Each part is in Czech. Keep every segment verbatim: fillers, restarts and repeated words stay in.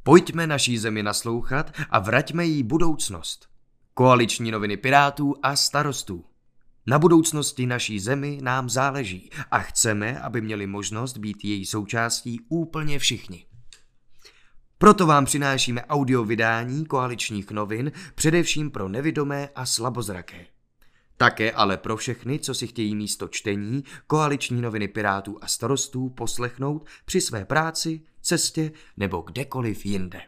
Pojďme naší zemi naslouchat a vraťme jí budoucnost. Koaliční noviny Pirátů a Starostů. Na budoucnosti naší zemi nám záleží a chceme, aby měli možnost být její součástí úplně všichni. Proto vám přinášíme audio vydání koaličních novin, především pro nevidomé a slabozraké. Také ale pro všechny, co si chtějí místo čtení koaliční noviny Pirátů a Starostů poslechnout při své práci, cestě nebo kdekoliv jinde.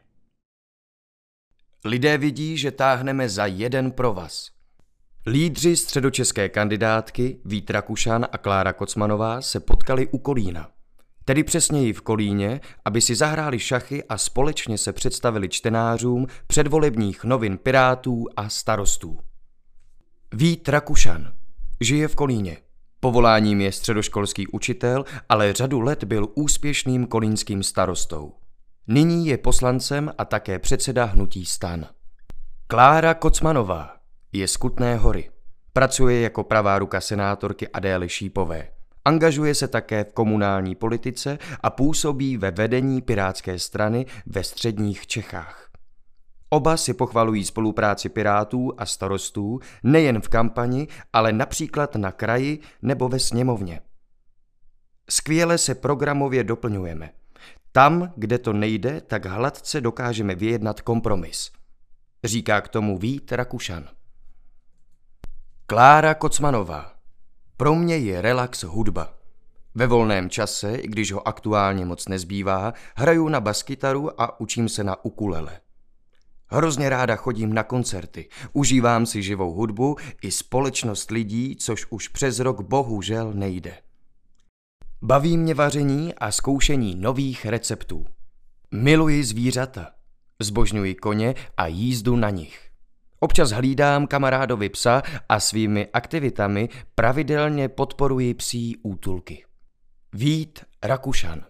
Lidé vidí, že táhneme za jeden provaz. Lídři středočeské kandidátky Vít Rakušan a Klára Kocmanová se potkali u Kolína. Tedy přesněji v Kolíně, aby si zahráli šachy a společně se představili čtenářům předvolebních novin Pirátů a Starostů. Vít Rakušan žije v Kolíně. Povoláním je středoškolský učitel, ale řadu let byl úspěšným kolínským starostou. Nyní je poslancem a také předseda hnutí STAN. Klára Kocmanová je z Kutné Hory. Pracuje jako pravá ruka senátorky Adély Šípové. Angažuje se také v komunální politice a působí ve vedení Pirátské strany ve středních Čechách. Oba si pochvalují spolupráci Pirátů a Starostů nejen v kampani, ale například na kraji nebo ve sněmovně. Skvěle se programově doplňujeme. Tam, kde to nejde, tak hladce dokážeme vyjednat kompromis. Říká k tomu Vít Rakušan. Klára Kocmanová. Pro mě je relax hudba. Ve volném čase, i když ho aktuálně moc nezbývá, hraju na baskytaru a učím se na ukulele. Hrozně ráda chodím na koncerty, užívám si živou hudbu i společnost lidí, což už přes rok bohužel nejde. Baví mě vaření a zkoušení nových receptů. Miluji zvířata, zbožňuji koně a jízdu na nich. Občas hlídám kamarádovi psa a svými aktivitami pravidelně podporuji psí útulky. Vít Rakušan.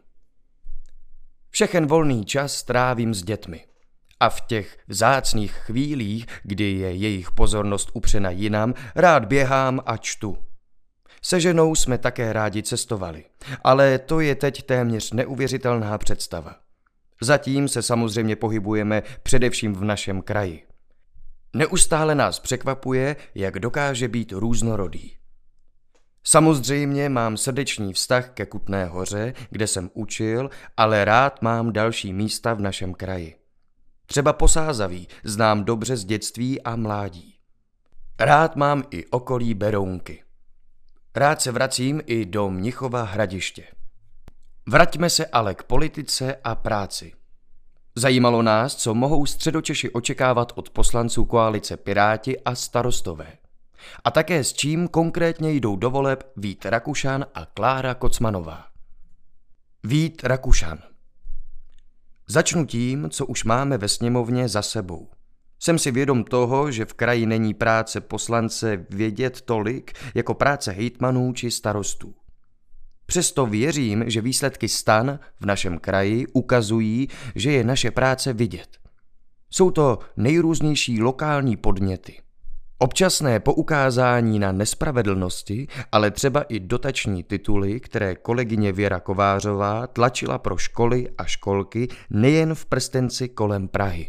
Všechen volný čas trávím s dětmi. A v těch vzácných chvílích, kdy je jejich pozornost upřena jinam, rád běhám a čtu. Se ženou jsme také rádi cestovali, ale to je teď téměř neuvěřitelná představa. Zatím se samozřejmě pohybujeme především v našem kraji. Neustále nás překvapuje, jak dokáže být různorodý. Samozřejmě mám srdečný vztah ke Kutné Hoře, kde jsem učil, ale rád mám další místa v našem kraji. Třeba Posázaví znám dobře z dětství a mládí. Rád mám i okolí Berounky. Rád se vracím i do Mnichova Hradiště. Vraťme se ale k politice a práci. Zajímalo nás, co mohou Středočeši očekávat od poslanců koalice Piráti a Starostové. A také s čím konkrétně jdou do voleb Vít Rakušan a Klára Kocmanová. Vít Rakušan. Začnu tím, co už máme ve sněmovně za sebou. Jsem si vědom toho, že v kraji není práce poslance vědět tolik jako práce hejtmanů či starostů. Přesto věřím, že výsledky STAN v našem kraji ukazují, že je naše práce vidět. Jsou to nejrůznější lokální podněty. Občasné poukázání na nespravedlnosti, ale třeba i dotační tituly, které kolegyně Věra Kovářová tlačila pro školy a školky nejen v prstenci kolem Prahy.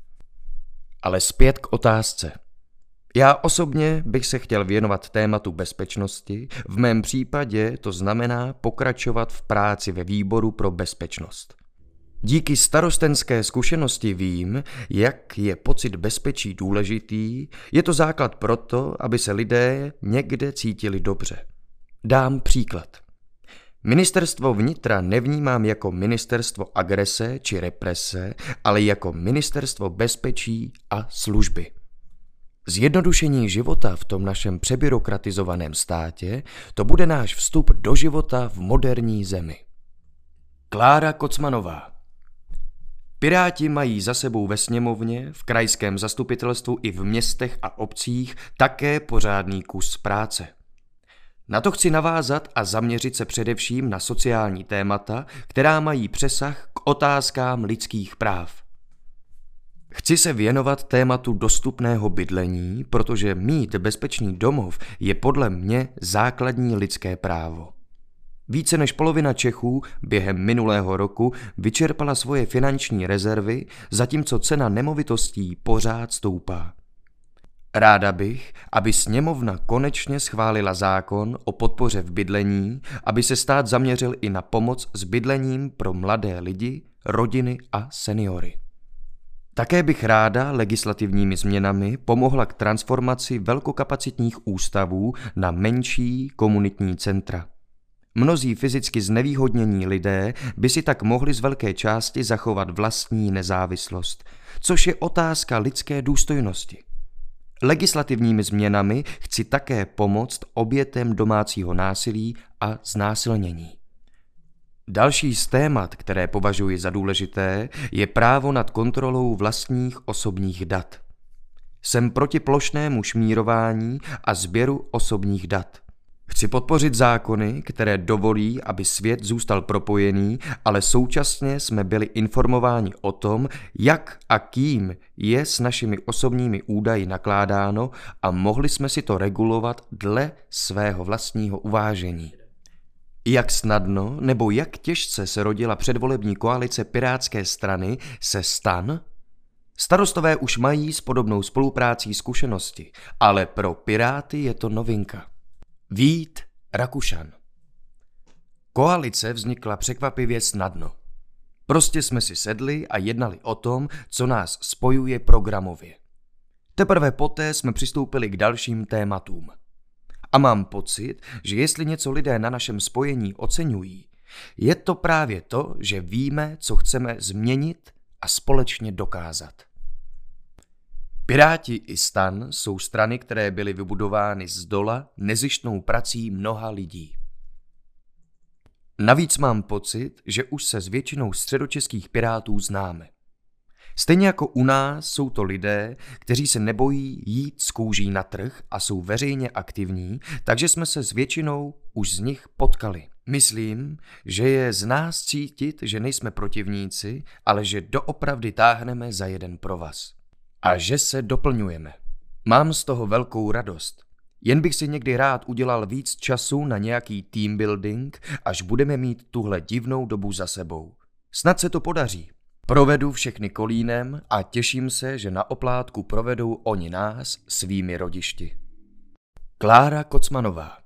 Ale zpět k otázce. Já osobně bych se chtěl věnovat tématu bezpečnosti, v mém případě to znamená pokračovat v práci ve výboru pro bezpečnost. Díky starostenské zkušenosti vím, jak je pocit bezpečí důležitý, je to základ pro to, aby se lidé někde cítili dobře. Dám příklad. Ministerstvo vnitra nevnímám jako ministerstvo agrese či represe, ale jako ministerstvo bezpečí a služby. Zjednodušení života v tom našem přebyrokratizovaném státě, to bude náš vstup do života v moderní zemi. Klára Kocmanová. Piráti mají za sebou ve sněmovně, v krajském zastupitelstvu i v městech a obcích také pořádný kus práce. Na to chci navázat a zaměřit se především na sociální témata, která mají přesah k otázkám lidských práv. Chci se věnovat tématu dostupného bydlení, protože mít bezpečný domov je podle mě základní lidské právo. Více než polovina Čechů během minulého roku vyčerpala svoje finanční rezervy, zatímco cena nemovitostí pořád stoupá. Ráda bych, aby sněmovna konečně schválila zákon o podpoře v bydlení, aby se stát zaměřil i na pomoc s bydlením pro mladé lidi, rodiny a seniory. Také bych ráda legislativními změnami pomohla k transformaci velkokapacitních ústavů na menší komunitní centra. Mnozí fyzicky znevýhodnění lidé by si tak mohli z velké části zachovat vlastní nezávislost, což je otázka lidské důstojnosti. Legislativními změnami chci také pomoct obětem domácího násilí a znásilnění. Další z témat, které považuji za důležité, je právo nad kontrolou vlastních osobních dat. Jsem proti plošnému šmírování a sběru osobních dat. Chci podpořit zákony, které dovolí, aby svět zůstal propojený, ale současně jsme byli informováni o tom, jak a kým je s našimi osobními údaji nakládáno a mohli jsme si to regulovat dle svého vlastního uvážení. Jak snadno nebo jak těžce se rodila předvolební koalice Pirátské strany se STAN? Starostové už mají s podobnou spoluprácí zkušenosti, ale pro Piráty je to novinka. Vít Rakušan. Koalice vznikla překvapivě snadno. Prostě jsme si sedli a jednali o tom, co nás spojuje programově. Teprve poté jsme přistoupili k dalším tématům. A mám pocit, že jestli něco lidé na našem spojení oceňují, je to právě to, že víme, co chceme změnit a společně dokázat. Piráti i STAN jsou strany, které byly vybudovány zdola nezištnou prací mnoha lidí. Navíc mám pocit, že už se s většinou středočeských pirátů známe. Stejně jako u nás jsou to lidé, kteří se nebojí jít z kůží na trh a jsou veřejně aktivní, takže jsme se s většinou už z nich potkali. Myslím, že je z nás cítit, že nejsme protivníci, ale že doopravdy táhneme za jeden provaz. A že se doplňujeme. Mám z toho velkou radost. Jen bych si někdy rád udělal víc času na nějaký team building, až budeme mít tuhle divnou dobu za sebou. Snad se to podaří. Provedu všechny kolínem a těším se, že na oplátku provedou oni nás svými rodišti. Klára Kocmanová.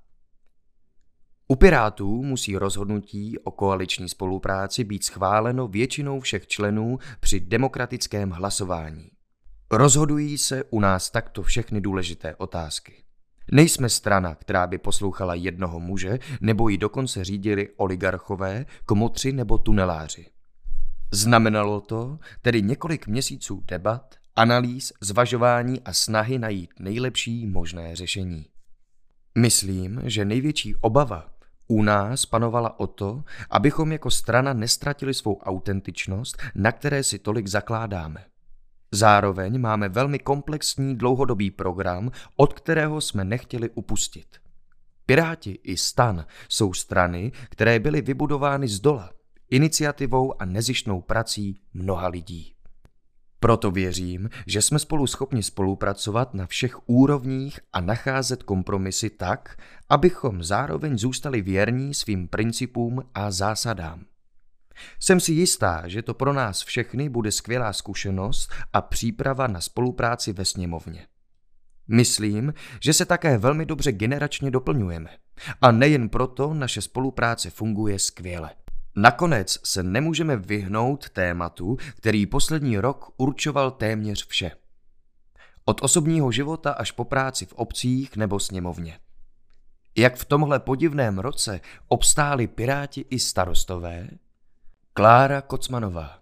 U Pirátů musí rozhodnutí o koaliční spolupráci být schváleno většinou všech členů při demokratickém hlasování. Rozhodují se u nás takto všechny důležité otázky. Nejsme strana, která by poslouchala jednoho muže, nebo ji dokonce řídili oligarchové, komotři nebo tuneláři. Znamenalo to tedy několik měsíců debat, analýz, zvažování a snahy najít nejlepší možné řešení. Myslím, že největší obava u nás panovala o to, abychom jako strana nestratili svou autentičnost, na které si tolik zakládáme. Zároveň máme velmi komplexní dlouhodobý program, od kterého jsme nechtěli upustit. Piráti i STAN jsou strany, které byly vybudovány zdola, iniciativou a nezištnou prací mnoha lidí. Proto věřím, že jsme spolu schopni spolupracovat na všech úrovních a nacházet kompromisy tak, abychom zároveň zůstali věrní svým principům a zásadám. Jsem si jistá, že to pro nás všechny bude skvělá zkušenost a příprava na spolupráci ve sněmovně. Myslím, že se také velmi dobře generačně doplňujeme. A nejen proto naše spolupráce funguje skvěle. Nakonec se nemůžeme vyhnout tématu, který poslední rok určoval téměř vše. Od osobního života až po práci v obcích nebo sněmovně. Jak v tomhle podivném roce obstáli Piráti i starostové? Klára Kocmanová.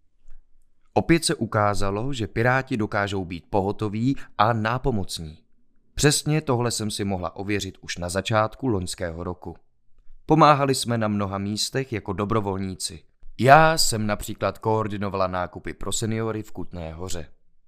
Opět se ukázalo, že Piráti dokážou být pohotoví a nápomocní. Přesně tohle jsem si mohla ověřit už na začátku loňského roku. Pomáhali jsme na mnoha místech jako dobrovolníci. Já jsem například koordinovala nákupy pro seniory v Kutné Hoře.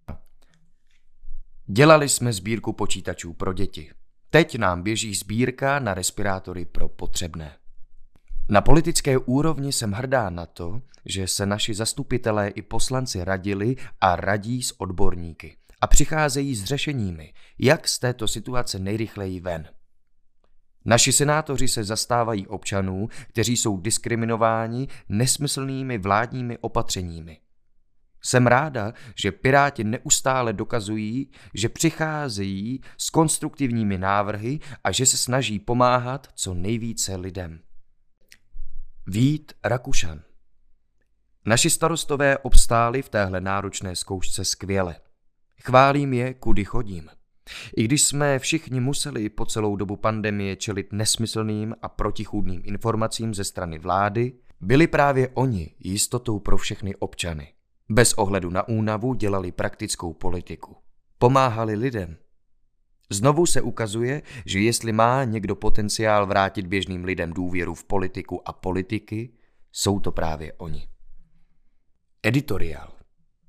Dělali jsme sbírku počítačů pro děti. Teď nám běží sbírka na respirátory pro potřebné. Na politické úrovni jsem hrdá na to, že se naši zastupitelé i poslanci radili a radí s odborníky a přicházejí s řešeními, jak z této situace nejrychleji ven. Naši senátoři se zastávají občanů, kteří jsou diskriminováni nesmyslnými vládními opatřeními. Jsem ráda, že Piráti neustále dokazují, že přicházejí s konstruktivními návrhy a že se snaží pomáhat co nejvíce lidem. Vít Rakušan. Naši starostové obstáli v téhle náročné zkoušce skvěle. Chválím je, kudy chodím. I když jsme všichni museli po celou dobu pandemie čelit nesmyslným a protichůdným informacím ze strany vlády, byli právě oni jistotou pro všechny občany. Bez ohledu na únavu dělali praktickou politiku. Pomáhali lidem. Znovu se ukazuje, že jestli má někdo potenciál vrátit běžným lidem důvěru v politiku a politiky, jsou to právě oni. Editoriál.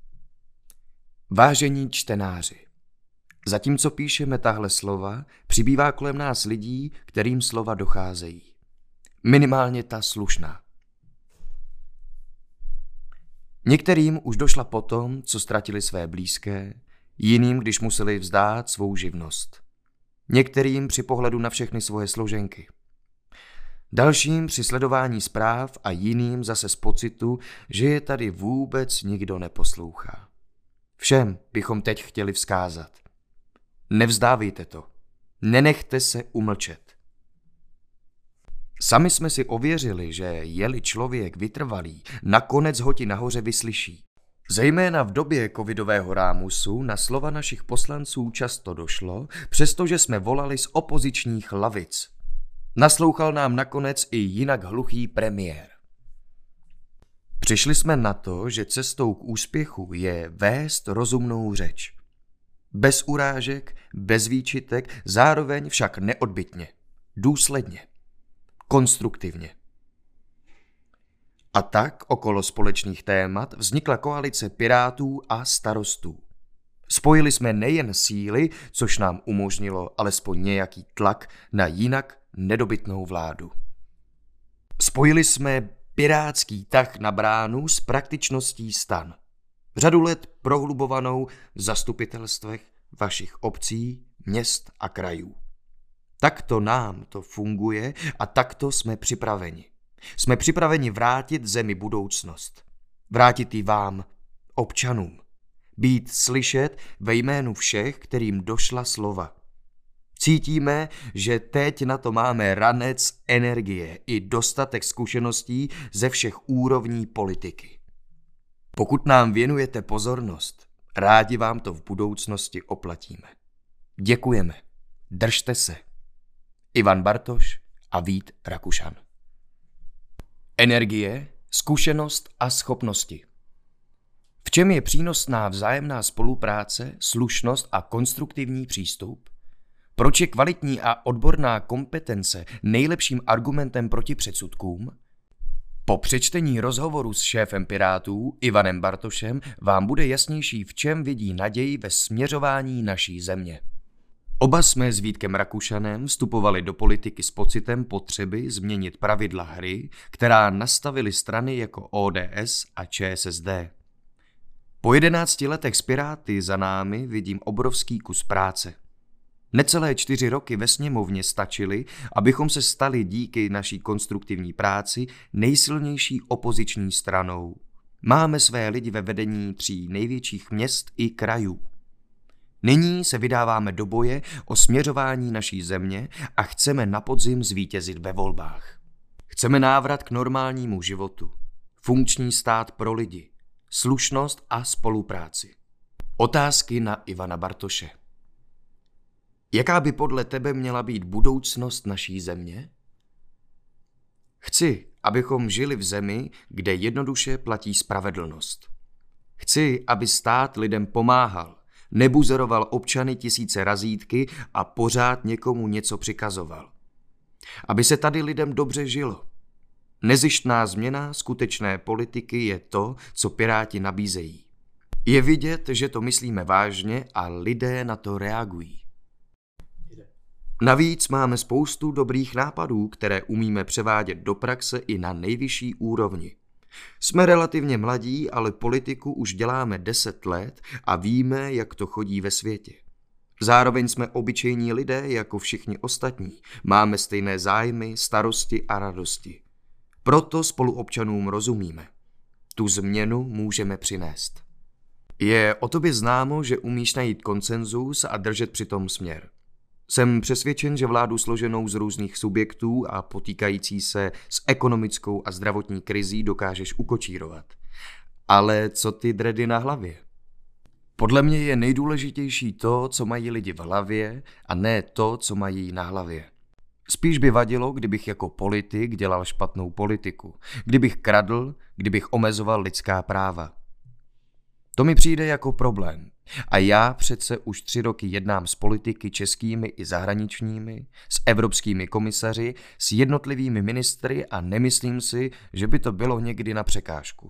Vážení čtenáři, zatímco píšeme tahle slova, přibývá kolem nás lidí, kterým slova docházejí. Minimálně ta slušná. Některým už došla potom, co ztratili své blízké, jiným, když museli vzdát svou živnost. Některým při pohledu na všechny svoje složenky. Dalším při sledování zpráv a jiným zase z pocitu, že je tady vůbec nikdo neposlouchá. Všem bychom teď chtěli vzkázat. Nevzdávejte to. Nenechte se umlčet. Sami jsme si ověřili, že je-li člověk vytrvalý, nakonec ho ti nahoře vyslyší. Zejména v době covidového rámusu na slova našich poslanců často došlo, přestože jsme volali z opozičních lavic. Naslouchal nám nakonec i jinak hluchý premiér. Přišli jsme na to, že cestou k úspěchu je vést rozumnou řeč. Bez urážek, bez výčitek, zároveň však neodbytně, důsledně, konstruktivně. A tak okolo společných témat vznikla koalice Pirátů a Starostů. Spojili jsme nejen síly, což nám umožnilo alespoň nějaký tlak na jinak nedobytnou vládu. Spojili jsme pirátský tah na bránu s praktičností stan. Řadu let prohlubovanou v zastupitelstvech vašich obcí, měst a krajů. Takto nám to funguje a takto jsme připraveni. Jsme připraveni vrátit zemi budoucnost. Vrátit ji vám, občanům. Být slyšet ve jménu všech, kterým došla slova. Cítíme, že teď na to máme ranec energie i dostatek zkušeností ze všech úrovní politiky. Pokud nám věnujete pozornost, rádi vám to v budoucnosti oplatíme. Děkujeme. Držte se. Ivan Bartoš a Vít Rakušan. Energie, zkušenost a schopnosti. V čem je přínosná vzájemná spolupráce, slušnost a konstruktivní přístup? Proč je kvalitní a odborná kompetence nejlepším argumentem proti předsudkům? Po přečtení rozhovoru s šéfem Pirátů Ivanem Bartošem vám bude jasnější, v čem vidí naději ve směřování naší země. Oba jsme s Vítkem Rakušanem vstupovali do politiky s pocitem potřeby změnit pravidla hry, která nastavily strany jako O D S a Č S S D. Po jedenácti letech s Piráty za námi vidím obrovský kus práce. Necelé čtyři roky ve sněmovně stačily, abychom se stali díky naší konstruktivní práci nejsilnější opoziční stranou. Máme své lidi ve vedení tří největších měst i krajů. Nyní se vydáváme do boje o směřování naší země a chceme na podzim zvítězit ve volbách. Chceme návrat k normálnímu životu, funkční stát pro lidi, slušnost a spolupráci. Otázky na Ivana Bartoše. Jaká by podle tebe měla být budoucnost naší země? Chci, abychom žili v zemi, kde jednoduše platí spravedlnost. Chci, aby stát lidem pomáhal, nebuzeroval občany tisíce razítky a pořád někomu něco přikazoval. Aby se tady lidem dobře žilo. Nezištná změna skutečné politiky je to, co Piráti nabízejí. Je vidět, že to myslíme vážně a lidé na to reagují. Navíc máme spoustu dobrých nápadů, které umíme převádět do praxe i na nejvyšší úrovni. Jsme relativně mladí, ale politiku už děláme deset let a víme, jak to chodí ve světě. Zároveň jsme obyčejní lidé jako všichni ostatní. Máme stejné zájmy, starosti a radosti. Proto spoluobčanům rozumíme. Tu změnu můžeme přinést. Je o tobě známo, že umíš najít konsenzus a držet přitom směr. Jsem přesvědčen, že vládu složenou z různých subjektů a potýkající se s ekonomickou a zdravotní krizí dokážeš ukočírovat. Ale co ty dredy na hlavě? Podle mě je nejdůležitější to, co mají lidi v hlavě, a ne to, co mají na hlavě. Spíš by vadilo, kdybych jako politik dělal špatnou politiku, kdybych kradl, kdybych omezoval lidská práva. To mi přijde jako problém. A já přece už tři roky jednám s politiky českými i zahraničními, s evropskými komisaři, s jednotlivými ministry a nemyslím si, že by to bylo někdy na překážku.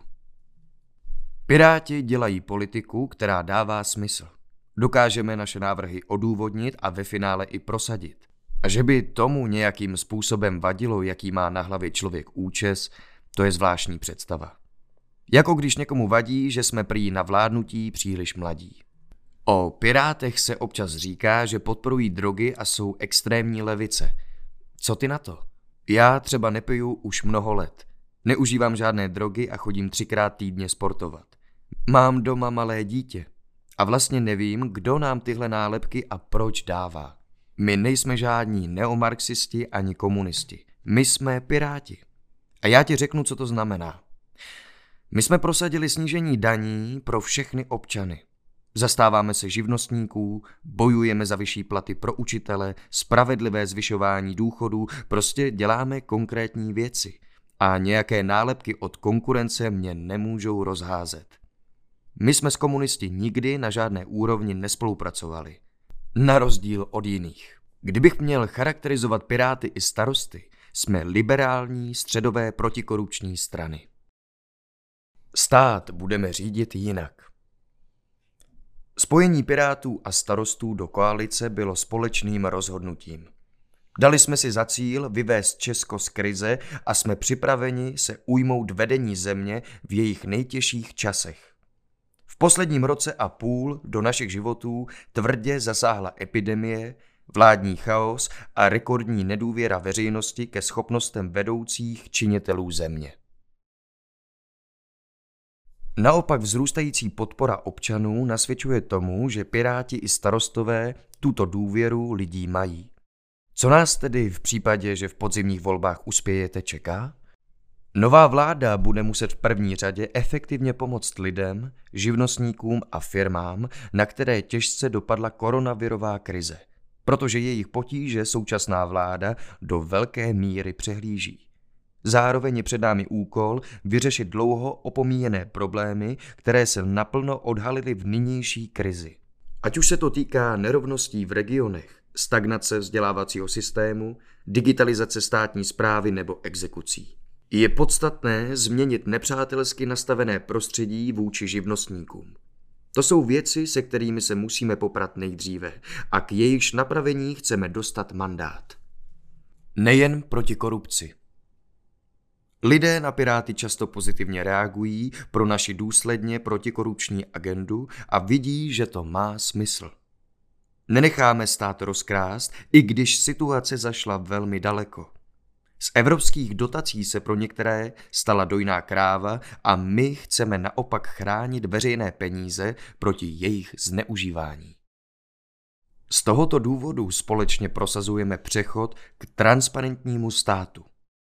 Piráti dělají politiku, která dává smysl. Dokážeme naše návrhy odůvodnit a ve finále i prosadit. A že by tomu nějakým způsobem vadilo, jaký má na hlavě člověk účes, to je zvláštní představa. Jako když někomu vadí, že jsme prý na vládnutí příliš mladí. O Pirátech se občas říká, že podporují drogy a jsou extrémní levice. Co ty na to? Já třeba nepiju už mnoho let. Neužívám žádné drogy a chodím třikrát týdně sportovat. Mám doma malé dítě. A vlastně nevím, kdo nám tyhle nálepky a proč dává. My nejsme žádní neomarxisti ani komunisti. My jsme Piráti. A já ti řeknu, co to znamená. My jsme prosadili snížení daní pro všechny občany. Zastáváme se živnostníků, bojujeme za vyšší platy pro učitele, spravedlivé zvyšování důchodů, prostě děláme konkrétní věci. A nějaké nálepky od konkurence mě nemůžou rozházet. My jsme s komunisti nikdy na žádné úrovni nespolupracovali. Na rozdíl od jiných. Kdybych měl charakterizovat Piráty i Starosty, jsme liberální, středové protikorupční strany. Stát budeme řídit jinak. Spojení Pirátů a Starostů do koalice bylo společným rozhodnutím. Dali jsme si za cíl vyvést Česko z krize a jsme připraveni se ujmout vedení země v jejich nejtěžších časech. V posledním roce a půl do našich životů tvrdě zasáhla epidemie, vládní chaos a rekordní nedůvěra veřejnosti ke schopnostem vedoucích činitelů země. Naopak vzrůstající podpora občanů nasvědčuje tomu, že Piráti i Starostové tuto důvěru lidí mají. Co nás tedy v případě, že v podzimních volbách uspějete, čeká? Nová vláda bude muset v první řadě efektivně pomoct lidem, živnostníkům a firmám, na které těžce dopadla koronavirová krize, protože jejich potíže současná vláda do velké míry přehlíží. Zároveň je před námi úkol vyřešit dlouho opomíjené problémy, které se naplno odhalily v nynější krizi. Ať už se to týká nerovností v regionech, stagnace vzdělávacího systému, digitalizace státní správy nebo exekucí. Je podstatné změnit nepřátelsky nastavené prostředí vůči živnostníkům. To jsou věci, se kterými se musíme poprat nejdříve a k jejichž napravení chceme dostat mandát. Nejen proti korupci. Lidé na Piráty často pozitivně reagují pro naši důsledně protikorupční agendu a vidí, že to má smysl. Nenecháme stát rozkrást, i když situace zašla velmi daleko. Z evropských dotací se pro některé stala dojná kráva a my chceme naopak chránit veřejné peníze proti jejich zneužívání. Z tohoto důvodu společně prosazujeme přechod k transparentnímu státu.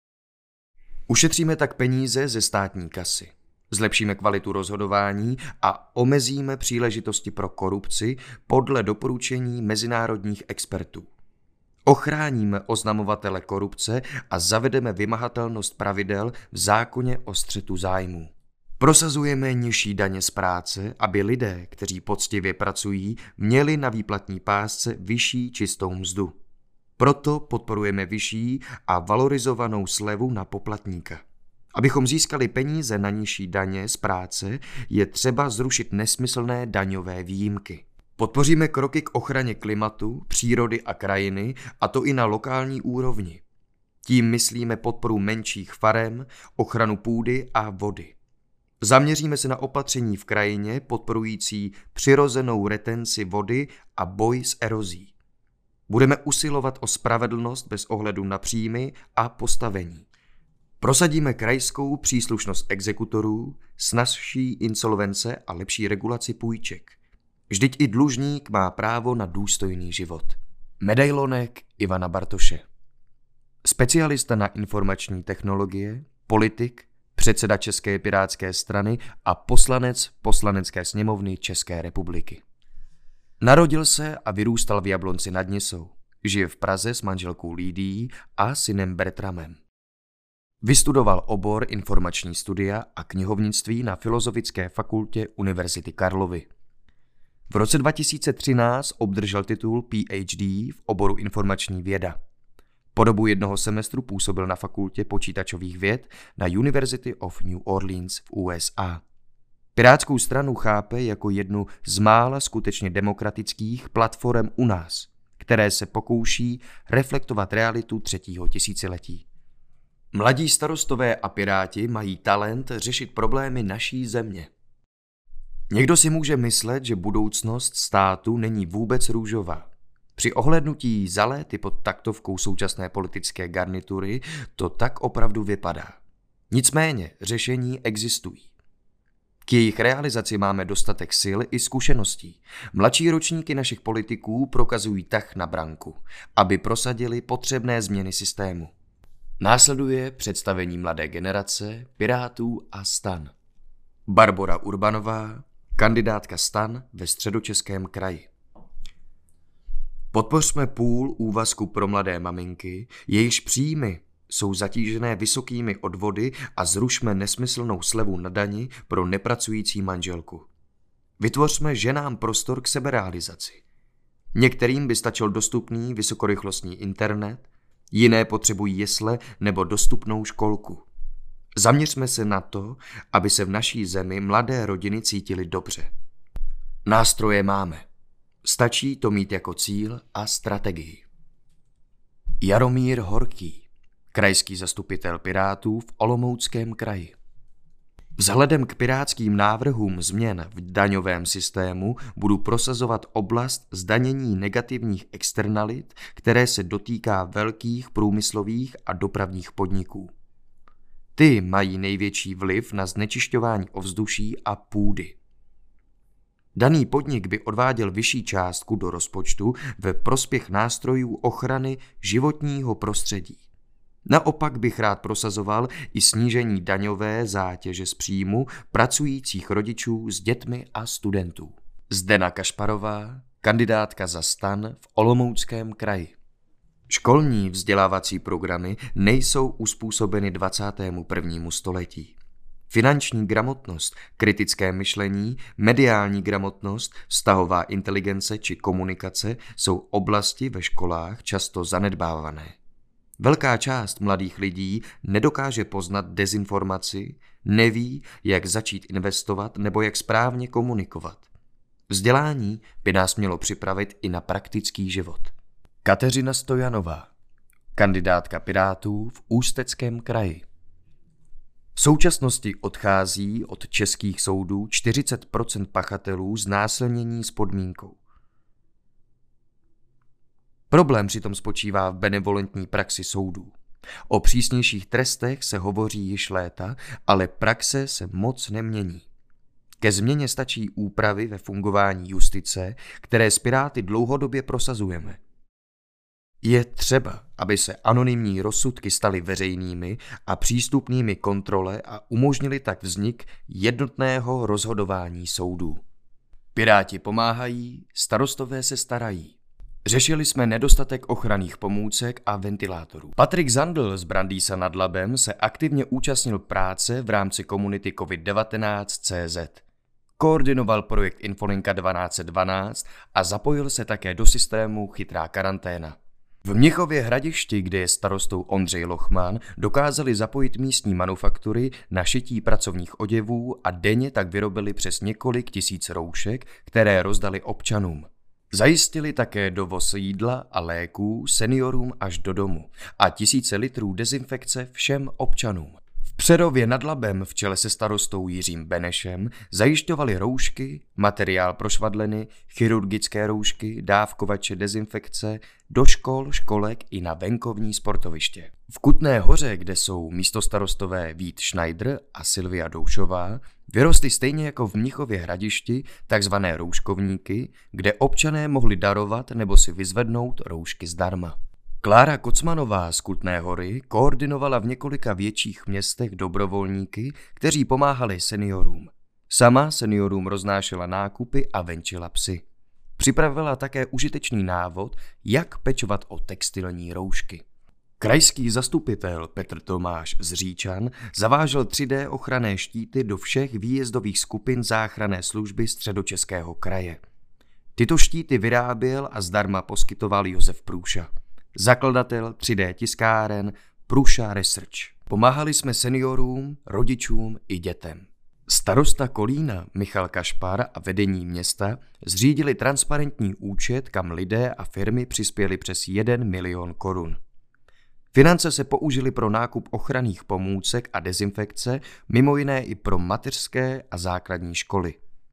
Ušetříme tak peníze ze státní kasy, zlepšíme kvalitu rozhodování a omezíme příležitosti pro korupci podle doporučení mezinárodních expertů. Ochráníme oznamovatele korupce a zavedeme vymahatelnost pravidel v zákoně o střetu zájmů. Prosazujeme nižší daně z práce, aby lidé, kteří poctivě pracují, měli na výplatní pásce vyšší čistou mzdu. Proto podporujeme vyšší a valorizovanou slevu na poplatníka. Abychom získali peníze na nižší daně z práce, je třeba zrušit nesmyslné daňové výjimky. Podpoříme kroky k ochraně klimatu, přírody a krajiny, a to i na lokální úrovni. Tím myslíme podporu menších farem, ochranu půdy a vody. Zaměříme se na opatření v krajině podporující přirozenou retenci vody a boj s erozí. Budeme usilovat o spravedlnost bez ohledu na příjmy a postavení. Prosadíme krajskou příslušnost exekutorů, snazší insolvence a lepší regulaci půjček. Vždyť i dlužník má právo na důstojný život. Medailonek Ivana Bartoše. Specialista na informační technologie, politik, předseda České pirátské strany a poslanec Poslanecké sněmovny České republiky. Narodil se a vyrůstal v Jablonci nad Nisou. Žije v Praze s manželkou Lidií a synem Bertramem. Vystudoval obor informační studia a knihovnictví na Filozofické fakultě Univerzity Karlovy. V roce dva tisíce třináct obdržel titul P H D v oboru informační věda. Po dobu jednoho semestru působil na fakultě počítačových věd na University of New Orleans v U S A. Pirátskou stranu chápe jako jednu z mála skutečně demokratických platform u nás, které se pokouší reflektovat realitu třetího tisíciletí. Mladí starostové a piráti mají talent řešit problémy naší země. Někdo si může myslet, že budoucnost státu není vůbec růžová. Při ohlédnutí za léty pod taktovkou současné politické garnitury to tak opravdu vypadá. Nicméně řešení existují. K jejich realizaci máme dostatek sil i zkušeností. Mladší ročníky našich politiků prokazují tah na branku, aby prosadili potřebné změny systému. Následuje představení mladé generace, Pirátů a STAN. Barbora Urbanová, kandidátka STAN ve Středočeském kraji. Podpořme půl úvazku pro mladé maminky, jejichž příjmy jsou zatížené vysokými odvody a zrušme nesmyslnou slevu na dani pro nepracující manželku. Vytvořme ženám prostor k seberealizaci. Některým by stačil dostupný vysokorychlostní internet, jiné potřebují jesle nebo dostupnou školku. Zaměřme se na to, aby se v naší zemi mladé rodiny cítily dobře. Nástroje máme. Stačí to mít jako cíl a strategii. Jaromír Horký, krajský zastupitel Pirátů v Olomouckém kraji. Vzhledem k pirátským návrhům změn v daňovém systému budu prosazovat oblast zdanění negativních externalit, které se dotýká velkých průmyslových a dopravních podniků. Ty mají největší vliv na znečišťování ovzduší a půdy. Daný podnik by odváděl vyšší částku do rozpočtu ve prospěch nástrojů ochrany životního prostředí. Naopak bych rád prosazoval i snížení daňové zátěže z příjmu pracujících rodičů s dětmi a studentů. Zdena Kašparová, kandidátka za STAN v Olomouckém kraji. Školní vzdělávací programy nejsou uspůsobeny dvacátému prvnímu století. Finanční gramotnost, kritické myšlení, mediální gramotnost, vztahová inteligence či komunikace jsou oblasti ve školách často zanedbávané. Velká část mladých lidí nedokáže poznat dezinformaci, neví, jak začít investovat nebo jak správně komunikovat. Vzdělání by nás mělo připravit i na praktický život. Kateřina Stojanová, kandidátka Pirátů v Ústeckém kraji. V současnosti odchází od českých soudů čtyřicet procent pachatelů znásilnění s podmínkou. Problém přitom spočívá v benevolentní praxi soudů. O přísnějších trestech se hovoří již léta, ale praxe se moc nemění. Ke změně stačí úpravy ve fungování justice, které s Piráty dlouhodobě prosazujeme. Je třeba, aby se anonymní rozsudky staly veřejnými a přístupnými kontrole a umožnili tak vznik jednotného rozhodování soudů. Piráti pomáhají, starostové se starají. Řešili jsme nedostatek ochranných pomůcek a ventilátorů. Patrik Zandl z Brandýsa nad Labem se aktivně účastnil práce v rámci komunity COVID devatenáct tečka cé zet. Koordinoval projekt Infolinka dvanáct dvanáct a zapojil se také do systému Chytrá karanténa. V Mnichově Hradišti, kde je starostou Ondřej Lochman, dokázali zapojit místní manufaktury na šití pracovních oděvů a denně tak vyrobili přes několik tisíc roušek, které rozdali občanům. Zajistili také dovoz jídla a léků seniorům až do domu a tisíce litrů dezinfekce všem občanům. V Přerově nad Labem v čele se starostou Jiřím Benešem zajišťovali roušky, materiál pro švadleny, chirurgické roušky, dávkovače, dezinfekce do škol, školek i na venkovní sportoviště. V Kutné Hoře, kde jsou místostarostové Vít Schneider a Silvia Doušová, vyrostly stejně jako v Mnichově Hradišti takzvané rouškovníky, kde občané mohli darovat nebo si vyzvednout roušky zdarma. Klára Kocmanová z Kutné Hory koordinovala v několika větších městech dobrovolníky, kteří pomáhali seniorům. Sama seniorům roznášela nákupy a venčila psy. Připravila také užitečný návod, jak pečovat o textilní roušky. Krajský zastupitel Petr Tomáš z Říčan zavážel tři dé ochranné štíty do všech výjezdových skupin záchranné služby Středočeského kraje. Tyto štíty vyráběl a zdarma poskytoval Josef Průša, zakladatel tři dé tiskáren Průša Research. Pomáhali jsme seniorům, rodičům i dětem. Starosta Kolína Michal Kašpar a vedení města zřídili transparentní účet, kam lidé a firmy přispěli přes jeden milion korun. Finance se použily pro nákup ochranných pomůcek a dezinfekce, mimo jiné i pro mateřské a základní školy.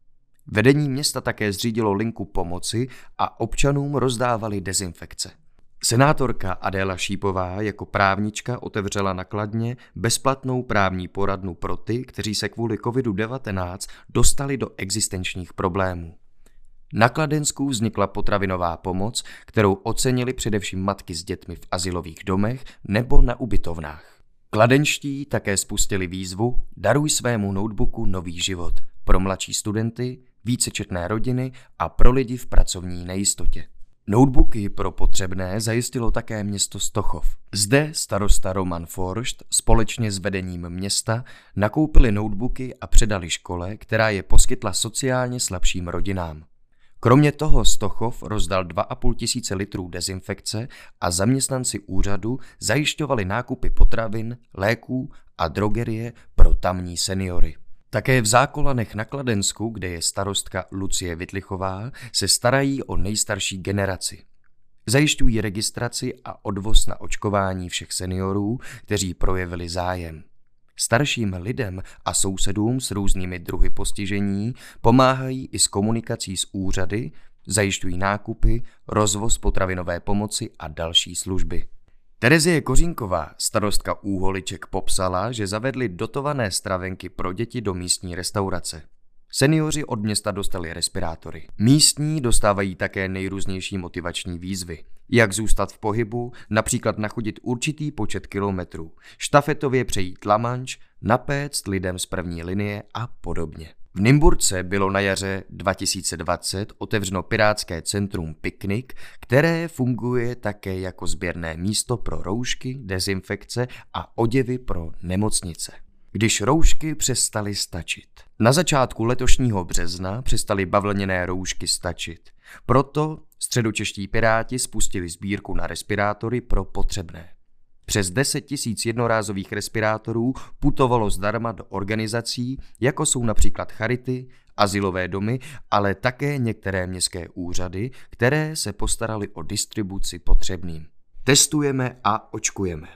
Vedení města také zřídilo linku pomoci a občanům rozdávali dezinfekce. Senátorka Adéla Šípová jako právnička otevřela na Kladně bezplatnou právní poradnu pro ty, kteří se kvůli kovidu devatenáct dostali do existenčních problémů. Na Kladensku vznikla potravinová pomoc, kterou ocenili především matky s dětmi v azylových domech nebo na ubytovnách. Kladenští také spustili výzvu Daruj svému notebooku nový život pro mladší studenty, vícečetné rodiny a pro lidi v pracovní nejistotě. Notebooky pro potřebné zajistilo také město Stochov. Zde starosta Roman Foršt společně s vedením města nakoupili notebooky a předali škole, která je poskytla sociálně slabším rodinám. Kromě toho Stochov rozdal dva a půl tisíce litrů dezinfekce a zaměstnanci úřadu zajišťovali nákupy potravin, léků a drogerie pro tamní seniory. Také v Zákolanech na Kladensku, kde je starostka Lucie Vitlichová, se starají o nejstarší generaci. Zajišťují registraci a odvoz na očkování všech seniorů, kteří projevili zájem. Starším lidem a sousedům s různými druhy postižení pomáhají i s komunikací s úřady, zajišťují nákupy, rozvoz potravinové pomoci a další služby. Terezie Kořínková, starostka Úholiček, popsala, že zavedli dotované stravenky pro děti do místní restaurace. Seniori od města dostali respirátory. Místní dostávají také nejrůznější motivační výzvy. Jak zůstat v pohybu, například nachodit určitý počet kilometrů, štafetově přejít La Manche, napéct lidem z první linie a podobně. V Nymburce bylo na jaře dva tisíce dvacet otevřeno pirátské centrum Piknik, které funguje také jako sběrné místo pro roušky, dezinfekce a oděvy pro nemocnice. Když roušky přestaly stačit. Na začátku letošního března přestaly bavlněné roušky stačit. Proto středočeští piráti spustili sbírku na respirátory pro potřebné. Přes deset tisíc jednorázových respirátorů putovalo zdarma do organizací, jako jsou například charity, azylové domy, ale také některé městské úřady, které se postarali o distribuci potřebným. Testujeme a očkujeme.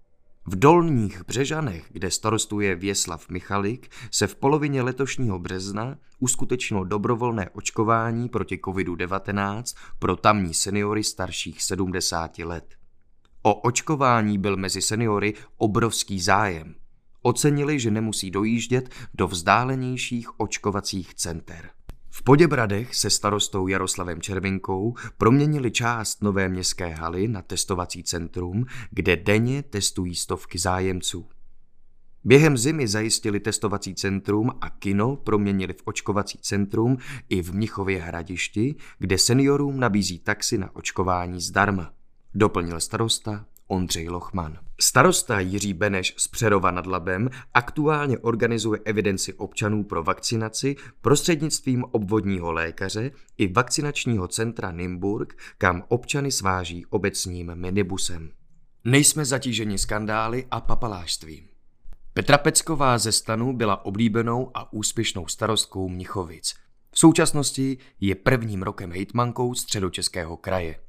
V Dolních Břežanech, kde starostuje Věslav Michalik, se v polovině letošního března uskutečnilo dobrovolné očkování proti kovidu devatenáct pro tamní seniory starších sedmdesáti let. O očkování byl mezi seniory obrovský zájem. Ocenili, že nemusí dojíždět do vzdálenějších očkovacích center. V Poděbradech se starostou Jaroslavem Červinkou proměnili část nové městské haly na testovací centrum, kde denně testují stovky zájemců. Během zimy zajistili testovací centrum a kino proměnili v očkovací centrum i v Mnichově Hradišti, kde seniorům nabízí taxi na očkování zdarma, doplnil starosta Ondřej Lochman. Starosta Jiří Beneš z Přerova nad Labem aktuálně organizuje evidenci občanů pro vakcinaci prostřednictvím obvodního lékaře i vakcinačního centra Nymburk, kam občany sváží obecním minibusem. Nejsme zatíženi skandály a papalášstvím. Petra Pecková ze Stanu byla oblíbenou a úspěšnou starostkou Mnichovic. V současnosti je prvním rokem hejtmankou Středočeského kraje.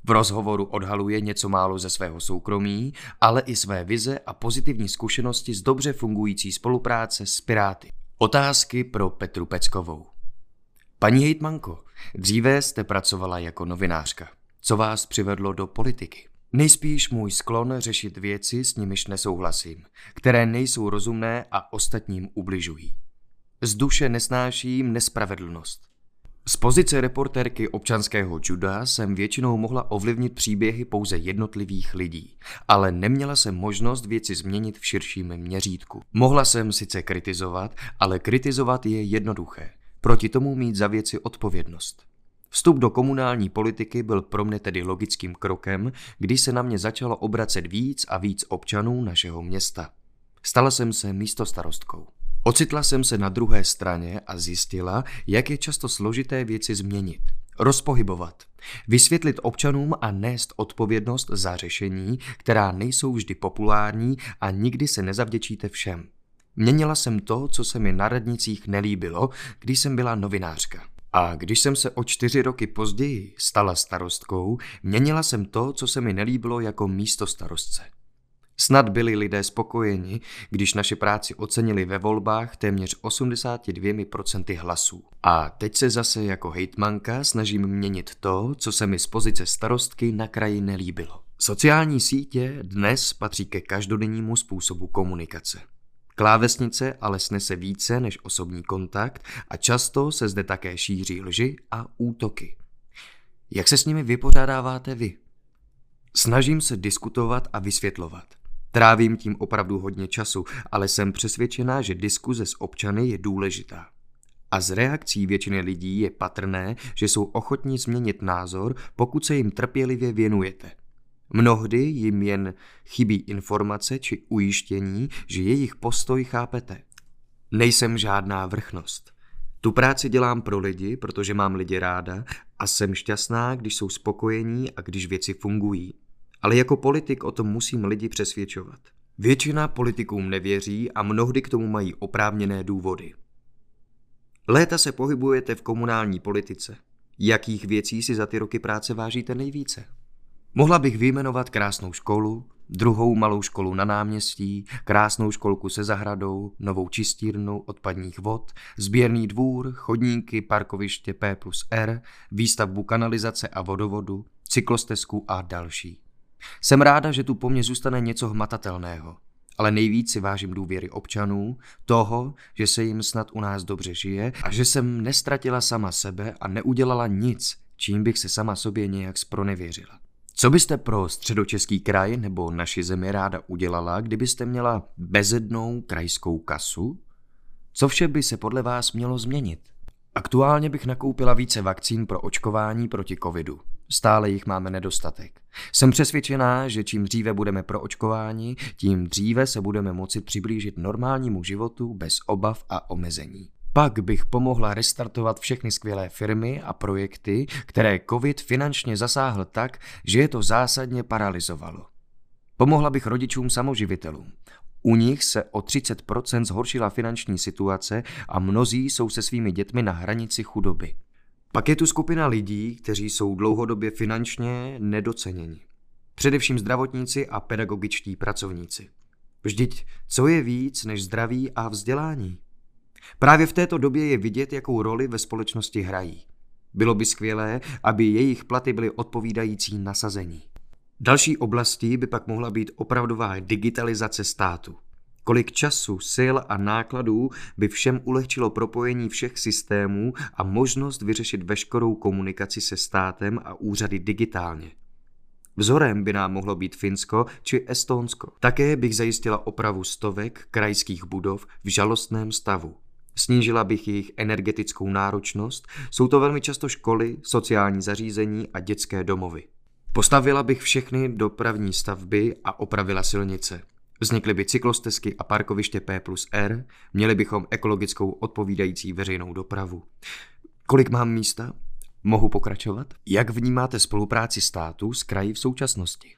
V rozhovoru odhaluje něco málo ze svého soukromí, ale i své vize a pozitivní zkušenosti z dobře fungující spolupráce s Piráty. Otázky pro Petru Peckovou. Paní hejtmanko, dříve jste pracovala jako novinářka. Co vás přivedlo do politiky? Nejspíš můj sklon řešit věci, s nimiž nesouhlasím, které nejsou rozumné a ostatním ubližují. Z duše nesnáším nespravedlnost. Z pozice reportérky občanského juda jsem většinou mohla ovlivnit příběhy pouze jednotlivých lidí, ale neměla jsem možnost věci změnit v širším měřítku. Mohla jsem sice kritizovat, ale kritizovat je jednoduché. Proti tomu mít za věci odpovědnost. Vstup do komunální politiky byl pro mne tedy logickým krokem, když se na mě začalo obracet víc a víc občanů našeho města. Stala jsem se místostarostkou. Ocitla jsem se na druhé straně a zjistila, jak je často složité věci změnit, rozpohybovat, vysvětlit občanům a nést odpovědnost za řešení, která nejsou vždy populární a nikdy se nezavděčíte všem. Měnila jsem to, co se mi na radnicích nelíbilo, když jsem byla novinářka. A když jsem se o čtyři roky později stala starostkou, měnila jsem to, co se mi nelíbilo jako místostarostce. Snad byli lidé spokojeni, když naši práci ocenili ve volbách téměř osmdesát dvě procent hlasů. A teď se zase jako hejtmanka snažím měnit to, co se mi z pozice starostky na kraji nelíbilo. Sociální sítě dnes patří ke každodennímu způsobu komunikace. Klávesnice ale snese více než osobní kontakt a často se zde také šíří lži a útoky. Jak se s nimi vypořádáváte vy? Snažím se diskutovat a vysvětlovat. Trávím tím opravdu hodně času, ale jsem přesvědčená, že diskuze s občany je důležitá. A z reakcí většiny lidí je patrné, že jsou ochotní změnit názor, pokud se jim trpělivě věnujete. Mnohdy jim jen chybí informace či ujištění, že jejich postoj chápete. Nejsem žádná vrchnost. Tu práci dělám pro lidi, protože mám lidi ráda a jsem šťastná, když jsou spokojení a když věci fungují. Ale jako politik o tom musím lidi přesvědčovat. Většina politikům nevěří a mnohdy k tomu mají oprávněné důvody. Léta se pohybujete v komunální politice. Jakých věcí si za ty roky práce vážíte nejvíce? Mohla bych vyjmenovat krásnou školu, druhou malou školu na náměstí, krásnou školku se zahradou, novou čistírnu odpadních vod, sběrný dvůr, chodníky, parkoviště P plus R, výstavbu kanalizace a vodovodu, cyklostezku a další. Jsem ráda, že tu po mně zůstane něco hmatatelného, ale nejvíc si vážím důvěry občanů, toho, že se jim snad u nás dobře žije a že jsem nestratila sama sebe a neudělala nic, čím bych se sama sobě nějak zpronevěřila. Co byste pro Středočeský kraj nebo naši zemi ráda udělala, kdybyste měla bezednou krajskou kasu? Co vše by se podle vás mělo změnit? Aktuálně bych nakoupila více vakcín pro očkování proti covidu. Stále jich máme nedostatek. Jsem přesvědčená, že čím dříve budeme proočkováni, tím dříve se budeme moci přiblížit normálnímu životu bez obav a omezení. Pak bych pomohla restartovat všechny skvělé firmy a projekty, které covid finančně zasáhl tak, že je to zásadně paralyzovalo. Pomohla bych rodičům samoživitelům. U nich se o třicet procent zhoršila finanční situace a mnozí jsou se svými dětmi na hranici chudoby. Pak je tu skupina lidí, kteří jsou dlouhodobě finančně nedoceněni. Především zdravotníci a pedagogičtí pracovníci. Vždyť co je víc než zdraví a vzdělání? Právě v této době je vidět, jakou roli ve společnosti hrají. Bylo by skvělé, aby jejich platy byly odpovídající nasazení. Další oblastí by pak mohla být opravdová digitalizace státu. Kolik času, sil a nákladů by všem ulehčilo propojení všech systémů a možnost vyřešit veškerou komunikaci se státem a úřady digitálně. Vzorem by nám mohlo být Finsko či Estonsko. Také bych zajistila opravu stovek krajských budov v žalostném stavu. Snížila bych jejich energetickou náročnost, jsou to velmi často školy, sociální zařízení a dětské domovy. Postavila bych všechny dopravní stavby a opravila silnice. Vznikly by cyklostezky a parkoviště P plus R, měli bychom ekologickou odpovídající veřejnou dopravu. Kolik mám místa? Mohu pokračovat? Jak vnímáte spolupráci státu s kraji v současnosti?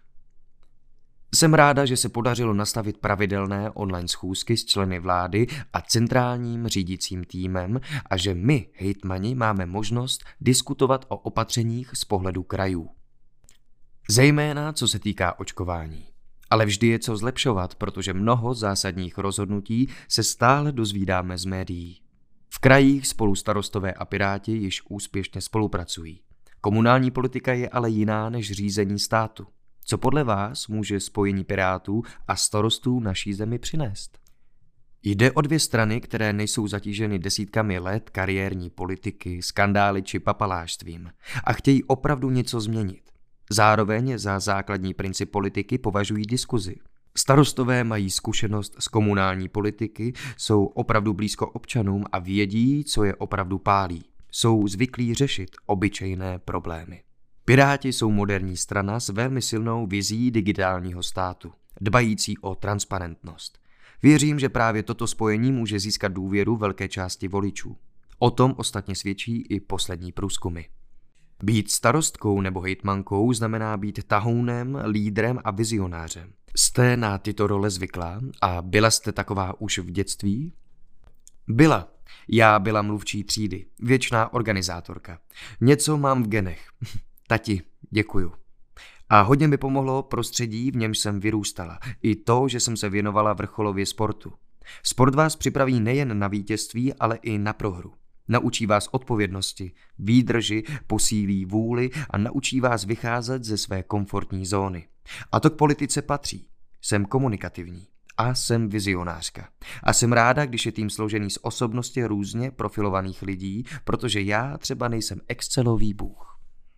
Jsem ráda, že se podařilo nastavit pravidelné online schůzky s členy vlády a centrálním řídícím týmem a že my, hejtmani, máme možnost diskutovat o opatřeních z pohledu krajů. Zejména co se týká očkování. Ale vždy je co zlepšovat, protože mnoho zásadních rozhodnutí se stále dozvídáme z médií. V krajích spolu starostové a piráti již úspěšně spolupracují. Komunální politika je ale jiná než řízení státu. Co podle vás může spojení pirátů a starostů naší zemi přinést? Jde o dvě strany, které nejsou zatíženy desítkami let kariérní politiky, skandály či papalášstvím a chtějí opravdu něco změnit. Zároveň za základní princip politiky považují diskuzi. Starostové mají zkušenost z komunální politiky, jsou opravdu blízko občanům a vědí, co je opravdu pálí. Jsou zvyklí řešit obyčejné problémy. Piráti jsou moderní strana s velmi silnou vizí digitálního státu, dbající o transparentnost. Věřím, že právě toto spojení může získat důvěru velké části voličů. O tom ostatně svědčí i poslední průzkumy. Být starostkou nebo hejtmankou znamená být tahounem, lídrem a vizionářem. Jste na tyto role zvyklá a byla jste taková už v dětství? Byla. Já byla mluvčí třídy, věčná organizátorka. Něco mám v genech. Tati, děkuju. A hodně mi pomohlo prostředí, v němž jsem vyrůstala. I to, že jsem se věnovala vrcholově sportu. Sport vás připraví nejen na vítězství, ale i na prohru. Naučí vás odpovědnosti, výdrži, posílí vůli a naučí vás vycházet ze své komfortní zóny. A to k politice patří. Jsem komunikativní a jsem vizionářka. A jsem ráda, když je tým složený z osobnosti různě profilovaných lidí, protože já třeba nejsem excelový bůh.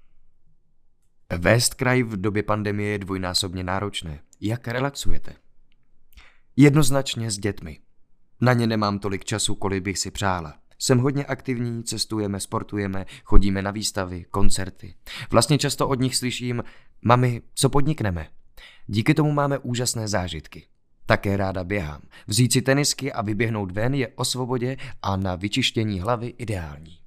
Vést kraj v době pandemie je dvojnásobně náročné. Jak relaxujete? Jednoznačně s dětmi. Na ně nemám tolik času, kolik bych si přála. Jsem hodně aktivní, cestujeme, sportujeme, chodíme na výstavy, koncerty. Vlastně často od nich slyším, mami, co podnikneme? Díky tomu máme úžasné zážitky. Také ráda běhám. Vzít si tenisky a vyběhnout ven je o svobodě a na vyčištění hlavy ideální.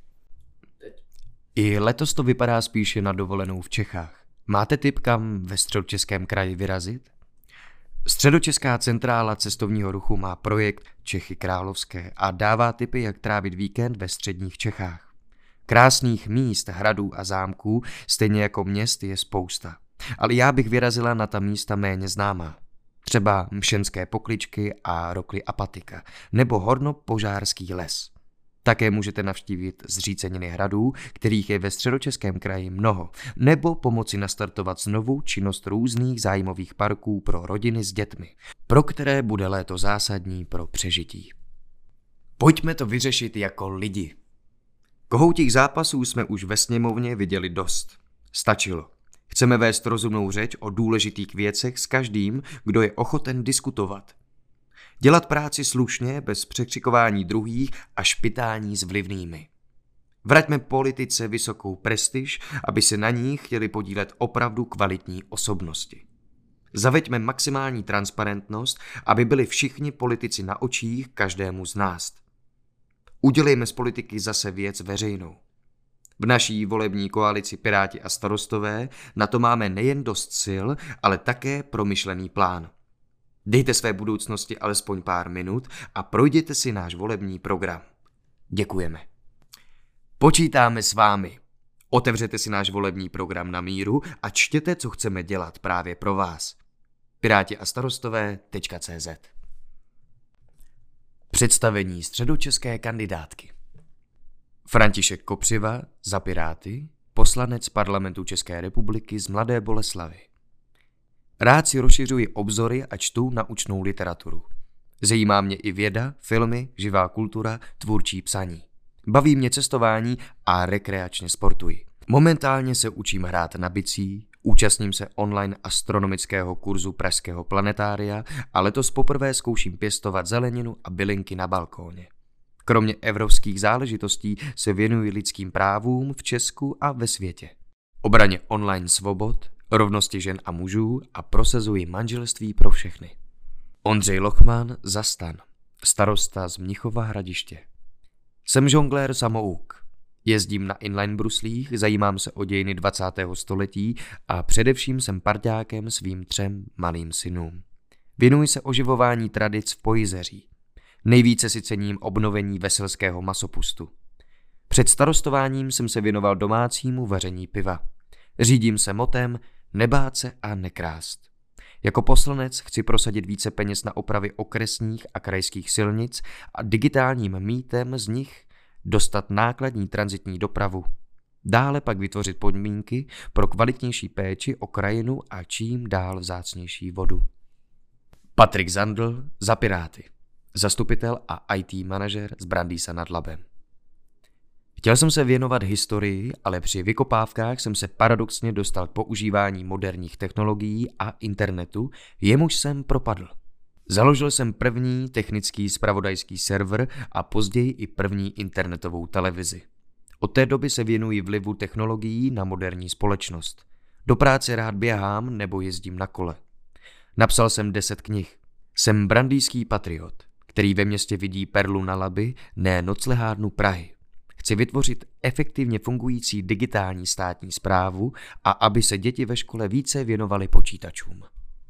I letos to vypadá spíše na dovolenou v Čechách. Máte tip, kam ve Středočeském kraji vyrazit? Středočeská centrála cestovního ruchu má projekt Čechy královské a dává tipy, jak trávit víkend ve středních Čechách. Krásných míst, hradů a zámků, stejně jako měst, je spousta. Ale já bych vyrazila na ta místa méně známá. Třeba Mšenské Pokličky a Rokly Apatika, nebo Hornopožárský les. Také můžete navštívit zříceniny hradů, kterých je ve Středočeském kraji mnoho, nebo pomoci nastartovat znovu činnost různých zájmových parků pro rodiny s dětmi, pro které bude léto zásadní pro přežití. Pojďme to vyřešit jako lidi. Kohoutích zápasů jsme už ve sněmovně viděli dost. Stačilo. Chceme vést rozumnou řeč o důležitých věcech s každým, kdo je ochoten diskutovat. Dělat práci slušně, bez překřikování druhých a špitání s vlivnými. Vraťme politice vysokou prestiž, aby se na ní chtěli podílet opravdu kvalitní osobnosti. Zaveďme maximální transparentnost, aby byli všichni politici na očích každému z nás. Udělejme z politiky zase věc veřejnou. V naší volební koalici Piráti a starostové na to máme nejen dost sil, ale také promyšlený plán. Dejte své budoucnosti alespoň pár minut a projděte si náš volební program. Děkujeme. Počítáme s vámi. Otevřete si náš volební program na míru a čtěte, co chceme dělat právě pro vás. Piráti a starostové tečka cé zet. Představení středočeské kandidátky. František Kopřiva za Piráty, poslanec Parlamentu České republiky z Mladé Boleslavi. Rád si rozšiřuji obzory a čtu naučnou literaturu. Zajímá mě i věda, filmy, živá kultura, tvůrčí psaní. Baví mě cestování a rekreačně sportuji. Momentálně se učím hrát na bicí, účastním se online astronomického kurzu Pražského planetária a letos poprvé zkouším pěstovat zeleninu a bylinky na balkóně. Kromě evropských záležitostí se věnuji lidským právům v Česku a ve světě. Obraně online svobod, rovnosti žen a mužů a prosazuji manželství pro všechny. Ondřej Lochman za STAN, starosta z Mnichova Hradiště. Jsem žonglér samouk. Jezdím na inline bruslích, zajímám se o dějiny dvacátého století a především jsem parťákem svým třem malým synům. Věnuji se oživování tradic v Pojizeří. Nejvíce si cením obnovení veselského masopustu. Před starostováním jsem se věnoval domácímu vaření piva. Řídím se motem nebát se a nekrást. Jako poslanec chci prosadit více peněz na opravy okresních a krajských silnic a digitálním mýtem z nich dostat nákladní tranzitní dopravu. Dále pak vytvořit podmínky pro kvalitnější péči o krajinu a čím dál vzácnější vodu. Patrik Zandl za Piráty, zastupitel a í té manažer z Brandýsa nad Labem. Chtěl jsem se věnovat historii, ale při vykopávkách jsem se paradoxně dostal k používání moderních technologií a internetu, jemuž jsem propadl. Založil jsem první technický zpravodajský server a později i první internetovou televizi. Od té doby se věnuji vlivu technologií na moderní společnost. Do práce rád běhám nebo jezdím na kole. Napsal jsem deset knih. Jsem brandýský patriot, který ve městě vidí perlu na Labi, ne noclehárnu Prahy. Chci vytvořit efektivně fungující digitální státní správu a aby se děti ve škole více věnovaly počítačům.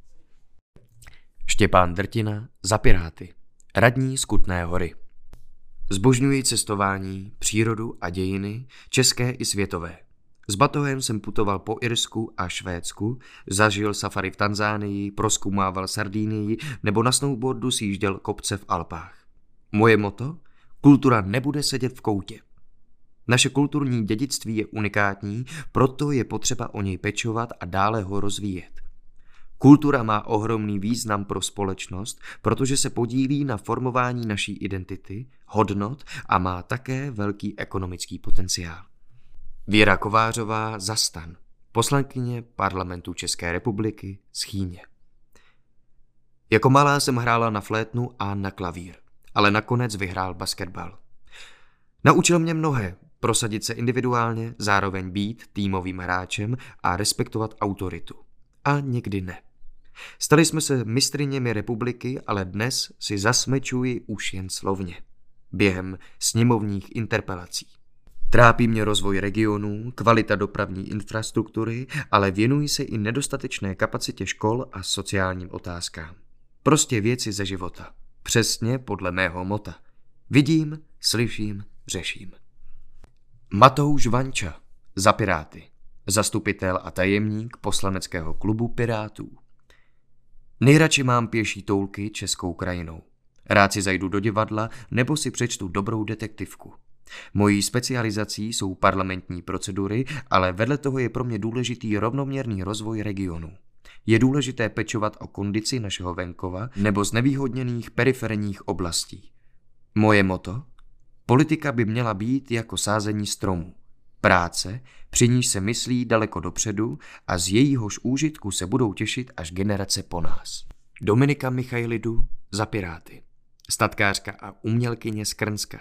Štěpán Drtina za Piráty, radní z Kutné Hory. Zbožňuji cestování, přírodu a dějiny, české i světové. S batohem jsem putoval po Irsku a Švédsku, zažil safari v Tanzánii, prozkoumával Sardinii nebo na snowboardu sjížděl kopce v Alpách. Moje motto? Kultura nebude sedět v koutě. Naše kulturní dědictví je unikátní, proto je potřeba o něj pečovat a dále ho rozvíjet. Kultura má ohromný význam pro společnost, protože se podílí na formování naší identity, hodnot a má také velký ekonomický potenciál. Věra Kovářová za STAN, poslankyně Parlamentu České republiky z Chýně. Jako malá jsem hrála na flétnu a na klavír, ale nakonec vyhrál basketbal. Naučil mě mnohé, prosadit se individuálně, zároveň být týmovým hráčem a respektovat autoritu. A někdy ne. Stali jsme se mistryněmi republiky, ale dnes si zasmečuji už jen slovně. Během sněmovních interpelací. Trápí mě rozvoj regionů, kvalita dopravní infrastruktury, ale věnují se i nedostatečné kapacitě škol a sociálním otázkám. Prostě věci ze života. Přesně podle mého mota. Vidím, slyším, řeším. Matouš Vanča za Piráty, zastupitel a tajemník poslaneckého klubu Pirátů. Nejradši mám pěší toulky českou krajinou. Rád si zajdu do divadla nebo si přečtu dobrou detektivku. Mojí specializací jsou parlamentní procedury, ale vedle toho je pro mě důležitý rovnoměrný rozvoj regionu. Je důležité pečovat o kondici našeho venkova nebo znevýhodněných periferních oblastí. Moje motto? Politika by měla být jako sázení stromů. Práce, při níž se myslí daleko dopředu a z jejíhož úžitku se budou těšit až generace po nás. Dominika Michailidu za Piráty, statkářka a umělkyně z Krnska.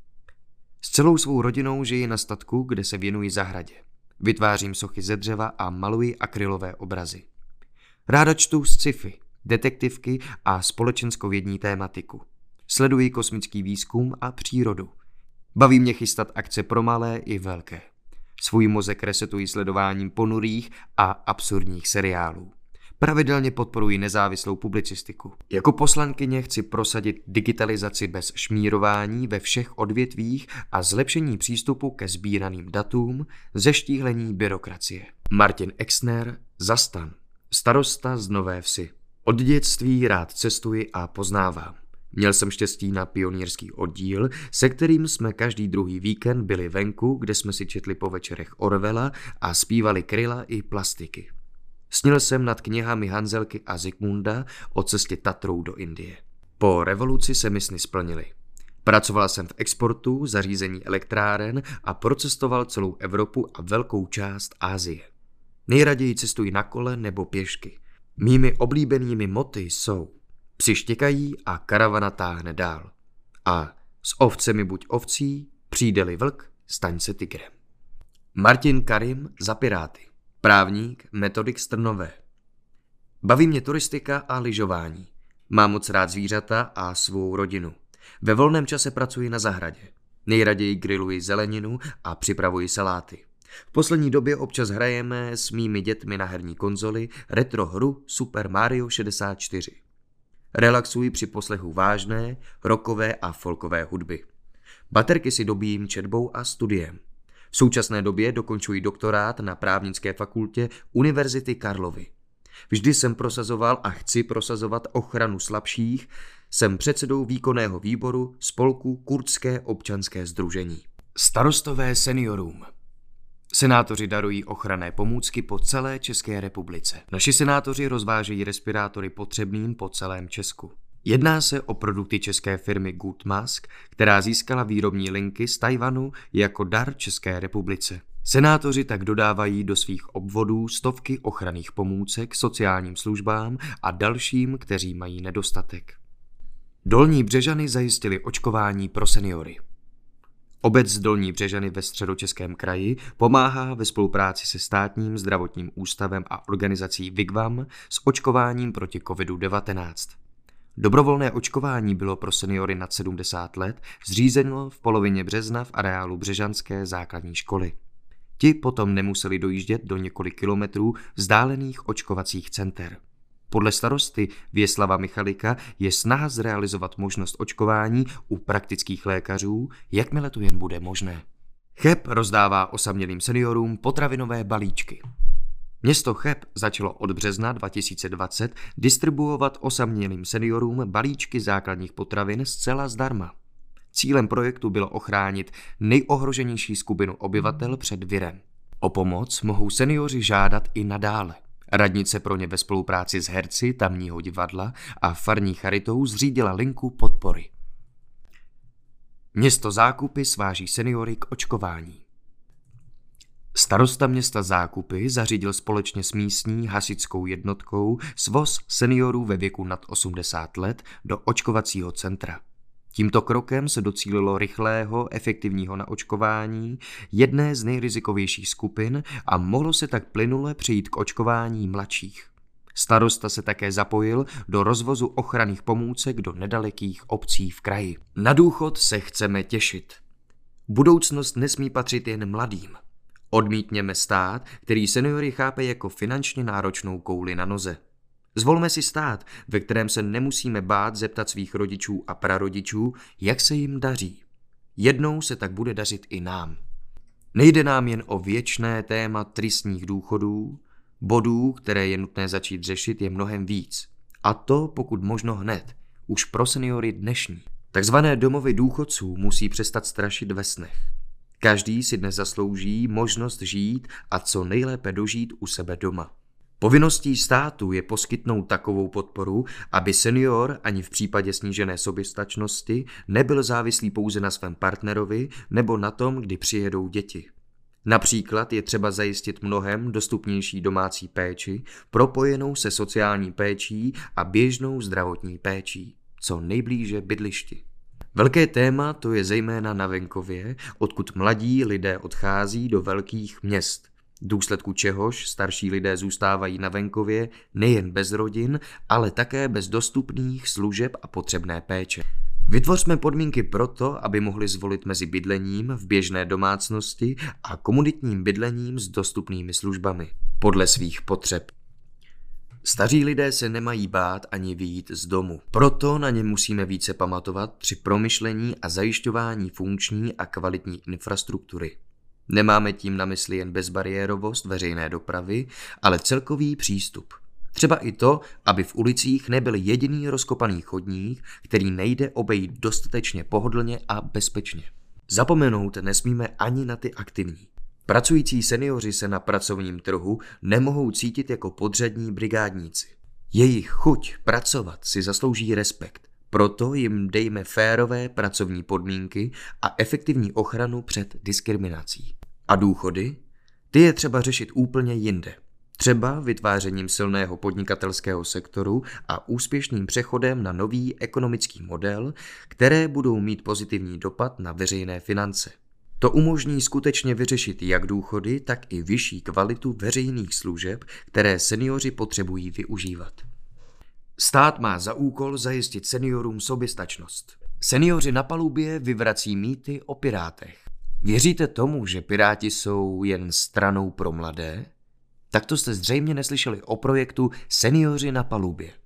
S celou svou rodinou žiji na statku, kde se věnuji zahradě. Vytvářím sochy ze dřeva a maluji akrylové obrazy. Ráda čtu sci-fi, detektivky a společenskovědní tématiku. Sleduji kosmický výzkum a přírodu. Baví mě chystat akce pro malé i velké. Svůj mozek resetuji sledováním ponurých a absurdních seriálů. Pravidelně podporuji nezávislou publicistiku. Jako poslankyně chci prosadit digitalizaci bez šmírování ve všech odvětvích a zlepšení přístupu ke sbíraným datům, zeštíhlení byrokracie. Martin Exner za STAN, starosta z Nové Vsi. Od dětství rád cestuji a poznávám. Měl jsem štěstí na pionýrský oddíl, se kterým jsme každý druhý víkend byli venku, kde jsme si četli po večerech Orwella a zpívali Kryla i Plastiky. Snil jsem nad knihami Hanzelky a Zikmunda o cestě Tatrou do Indie. Po revoluci se mi sny splnily. Pracoval jsem v exportu, zařízení elektráren a procestoval celou Evropu a velkou část Asie. Nejraději cestuji na kole nebo pěšky. Mými oblíbenými moty jsou: psi štěkají a karavana táhne dál. A s ovcemi buď ovcí, přijde-li vlk, staň se tygrem. Martin Karim za Piráty, právník, metodik z Trnové. Baví mě turistika a lyžování. Mám moc rád zvířata a svou rodinu. Ve volném čase pracuji na zahradě. Nejraději griluji zeleninu a připravuji saláty. V poslední době občas hrajeme s mými dětmi na herní konzoli retro hru Super Mario šedesát čtyři. Relaxuji při poslechu vážné, rockové a folkové hudby. Baterky si dobíjím četbou a studiem. V současné době dokončuji doktorát na právnické fakultě Univerzity Karlovy. Vždy jsem prosazoval a chci prosazovat ochranu slabších, jsem předsedou výkonného výboru spolku Kurdské občanské sdružení. Starostové seniorům. Senátoři darují ochranné pomůcky po celé České republice. Naši senátoři rozvážejí respirátory potřebným po celém Česku. Jedná se o produkty české firmy Good Mask, která získala výrobní linky z Tajvanu jako dar České republice. Senátoři tak dodávají do svých obvodů stovky ochranných pomůcek sociálním službám a dalším, kteří mají nedostatek. Dolní Břežany zajistili očkování pro seniory. Obec Dolní Břežany ve Středočeském kraji pomáhá ve spolupráci se státním zdravotním ústavem a organizací Vigvam s očkováním proti kovidu devatenáct. Dobrovolné očkování bylo pro seniory nad sedmdesát let zřízeno v polovině března v areálu Břežanské základní školy. Ti potom nemuseli dojíždět do několik kilometrů vzdálených očkovacích center. Podle starosty Věslava Michalika je snaha zrealizovat možnost očkování u praktických lékařů, jakmile to jen bude možné. Cheb rozdává osamělým seniorům potravinové balíčky. Město Cheb začalo od března dva tisíce dvacet distribuovat osamělým seniorům balíčky základních potravin zcela zdarma. Cílem projektu bylo ochránit nejohroženější skupinu obyvatel před virem. O pomoc mohou seniori žádat i nadále. Radnice pro ně ve spolupráci s herci tamního divadla a farní charitou zřídila linku podpory. Město Zákupy sváží seniory k očkování. Starosta města Zákupy zařídil společně s místní hasičskou jednotkou svoz seniorů ve věku nad osmdesát let do očkovacího centra. Tímto krokem se docílilo rychlého, efektivního naočkování jedné z nejrizikovějších skupin a mohlo se tak plynule přejít k očkování mladších. Starosta se také zapojil do rozvozu ochranných pomůcek do nedalekých obcí v kraji. Na důchod se chceme těšit. Budoucnost nesmí patřit jen mladým. Odmítněme stát, který seniory chápe jako finančně náročnou kouli na noze. Zvolme si stát, ve kterém se nemusíme bát zeptat svých rodičů a prarodičů, jak se jim daří. Jednou se tak bude dařit i nám. Nejde nám jen o věčné téma tristních důchodů, bodů, které je nutné začít řešit, je mnohem víc. A to pokud možno hned, už pro seniory dnešní. Takzvané domovy důchodců musí přestat strašit ve snech. Každý si dnes zaslouží možnost žít a co nejlépe dožít u sebe doma. Povinností státu je poskytnout takovou podporu, aby senior ani v případě snížené soběstačnosti nebyl závislý pouze na svém partnerovi nebo na tom, kdy přijedou děti. Například je třeba zajistit mnohem dostupnější domácí péči, propojenou se sociální péčí a běžnou zdravotní péčí, co nejblíže bydlišti. Velké téma to je zejména na venkově, odkud mladí lidé odchází do velkých měst. V důsledku čehož starší lidé zůstávají na venkově nejen bez rodin, ale také bez dostupných služeb a potřebné péče. Vytvořme podmínky pro to, aby mohli zvolit mezi bydlením v běžné domácnosti a komunitním bydlením s dostupnými službami podle svých potřeb. Staří lidé se nemají bát ani vyjít z domu. Proto na ně musíme více pamatovat při promyšlení a zajišťování funkční a kvalitní infrastruktury. Nemáme tím na mysli jen bezbariérovost veřejné dopravy, ale celkový přístup. Třeba i to, aby v ulicích nebyl jediný rozkopaný chodník, který nejde obejít dostatečně pohodlně a bezpečně. Zapomenout nesmíme ani na ty aktivní. Pracující seniori se na pracovním trhu nemohou cítit jako podřadní brigádníci. Jejich chuť pracovat si zaslouží respekt. Proto jim dejme férové pracovní podmínky a efektivní ochranu před diskriminací. A důchody? Ty je třeba řešit úplně jinde. Třeba vytvářením silného podnikatelského sektoru a úspěšným přechodem na nový ekonomický model, které budou mít pozitivní dopad na veřejné finance. To umožní skutečně vyřešit jak důchody, tak i vyšší kvalitu veřejných služeb, které seniori potřebují využívat. Stát má za úkol zajistit seniorům soběstačnost. Seniori na palubě vyvrací mýty o pirátech. Věříte tomu, že piráti jsou jen stranou pro mladé? Tak to jste zřejmě neslyšeli o projektu Seniori na palubě.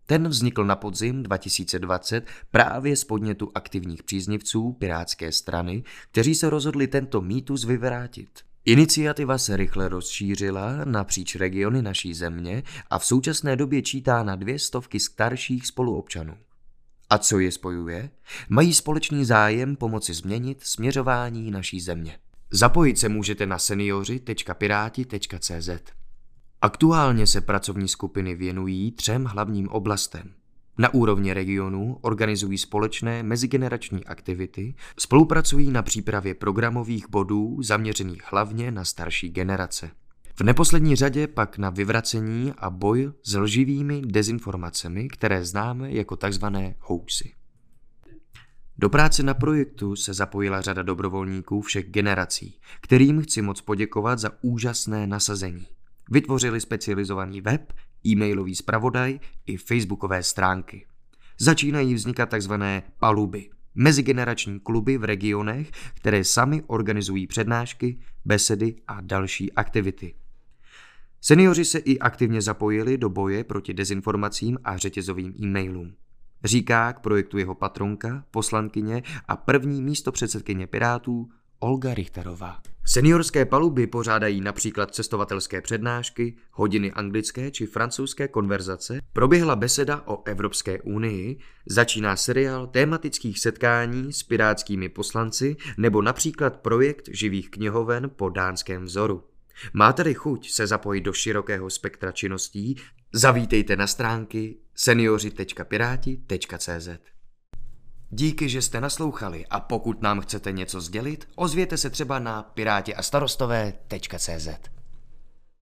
Ten vznikl na podzim dva tisíce dvacet právě z podnětu aktivních příznivců Pirátské strany, kteří se rozhodli tento mýtus vyvrátit. Iniciativa se rychle rozšířila napříč regiony naší země a v současné době čítá na dvě stovky starších spoluobčanů. A co je spojuje? Mají společný zájem pomoci změnit směřování naší země. Zapojit se můžete na seniori tečka piráti tečka cé zet. Aktuálně se pracovní skupiny věnují třem hlavním oblastem. Na úrovni regionu organizují společné mezigenerační aktivity, spolupracují na přípravě programových bodů zaměřených hlavně na starší generace. V neposlední řadě pak na vyvracení a boj s lživými dezinformacemi, které známe jako takzvané hoaxy. Do práce na projektu se zapojila řada dobrovolníků všech generací, kterým chci moc poděkovat za úžasné nasazení. Vytvořili specializovaný web, e-mailový zpravodaj i facebookové stránky. Začínají vznikat takzvané paluby, mezigenerační kluby v regionech, které sami organizují přednášky, besedy a další aktivity. Seniori se i aktivně zapojili do boje proti dezinformacím a řetězovým e-mailům. Říká k projektu jeho patronka, poslankyně a první místopředsedkyně Pirátů Olga Richterová. Seniorské paluby pořádají například cestovatelské přednášky, hodiny anglické či francouzské konverzace, proběhla beseda o Evropské unii, začíná seriál tématických setkání s pirátskými poslanci nebo například projekt živých knihoven po dánském vzoru. Máte-li chuť se zapojit do širokého spektra činností, zavítejte na stránky seniori tečka piráti tečka cé zet. Díky, že jste naslouchali a pokud nám chcete něco sdělit, ozvěte se třeba na piráti a starostové tečka cé zet.